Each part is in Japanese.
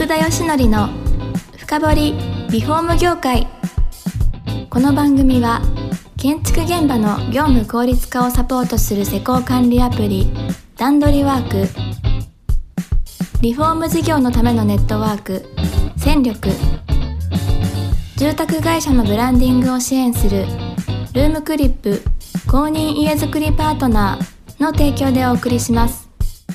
田義則の深掘りリフォーム業界。この番組は建築現場の業務効率化をサポートする施工管理アプリ段取りワーク、リフォーム事業のためのネットワーク戦力、住宅会社のブランディングを支援するルームクリップ公認家づくりパートナーの提供でお送りします。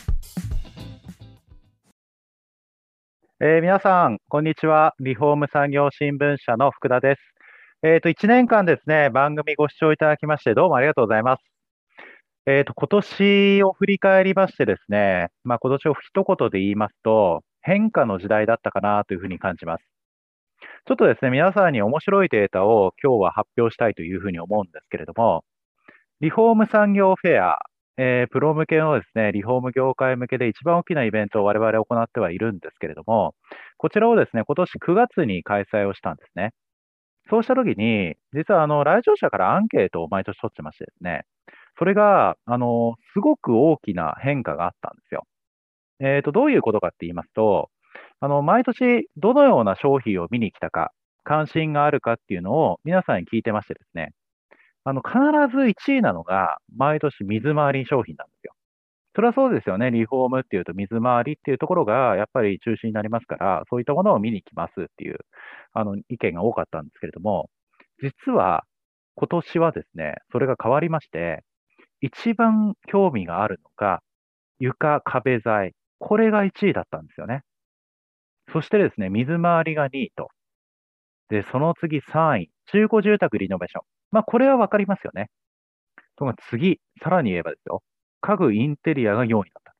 皆さん、こんにちは。リフォーム産業新聞社の福田です。1年間ですね、番組ご視聴いただきまして、どうもありがとうございます。今年を振り返りましてですね、今年を一言で言いますと、変化の時代だったかなというふうに感じます。ちょっとですね、皆さんに面白いデータを今日は発表したいというふうに思うんですけれども、リフォーム産業フェア、プロ向けのですね、リフォーム業界向けで一番大きなイベントを我々行ってはいるんですけれども、こちらをですね、今年9月に開催をしたんですね。そうしたときに、実は来場者からアンケートを毎年取ってましてですね、それが、すごく大きな変化があったんですよ。どういうことかって言いますと、毎年どのような商品を見に来たか、関心があるかっていうのを皆さんに聞いてましてですね、必ず1位なのが、毎年水回り商品なんですよ。それはそうですよね。リフォームっていうと水回りっていうところがやっぱり中心になりますから、そういったものを見に来ますっていう、意見が多かったんですけれども、実は今年はですね、それが変わりまして、一番興味があるのが床、壁材。これが1位だったんですよね。そしてですね、水回りが2位と。で、その次3位、中古住宅リノベーション。これはわかりますよね。とが次、さらに言えばですよ。家具インテリアが4位だったんです。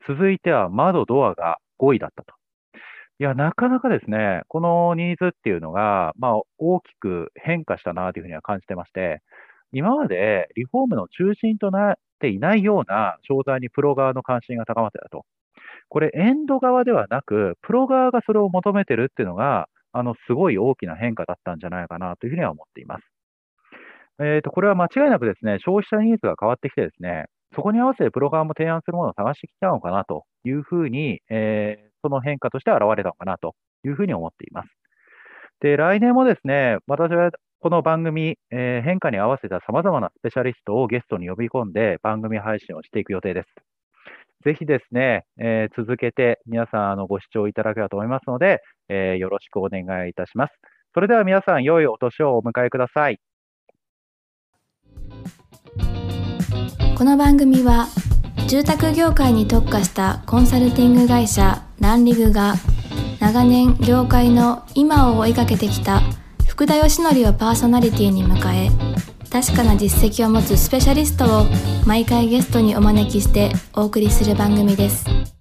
続いては窓、ドアが5位だったと。いや、なかなかですね、このニーズっていうのが、大きく変化したなというふうには感じてまして、今までリフォームの中心となっていないような商材にプロ側の関心が高まってたと。これ、エンド側ではなく、プロ側がそれを求めてるっていうのが、すごい大きな変化だったんじゃないかなというふうには思っています。これは間違いなくですね、消費者ニーズが変わってきてですね、そこに合わせてプロ側も提案するものを探してきたのかなというふうに、その変化として現れたのかなというふうに思っています。で、来年もですね、私はこの番組、変化に合わせた様々なスペシャリストをゲストに呼び込んで番組配信をしていく予定です。ぜひですね、続けて皆さんご視聴いただければと思いますので、よろしくお願いいたします。それでは皆さん、良いお年をお迎えください。 この番組は住宅業界に特化したコンサルティング会社ランリグが長年業界の今を追いかけてきた福田義則をパーソナリティに迎え、確かな実績を持つスペシャリストを毎回ゲストにお招きしてお送りする番組です。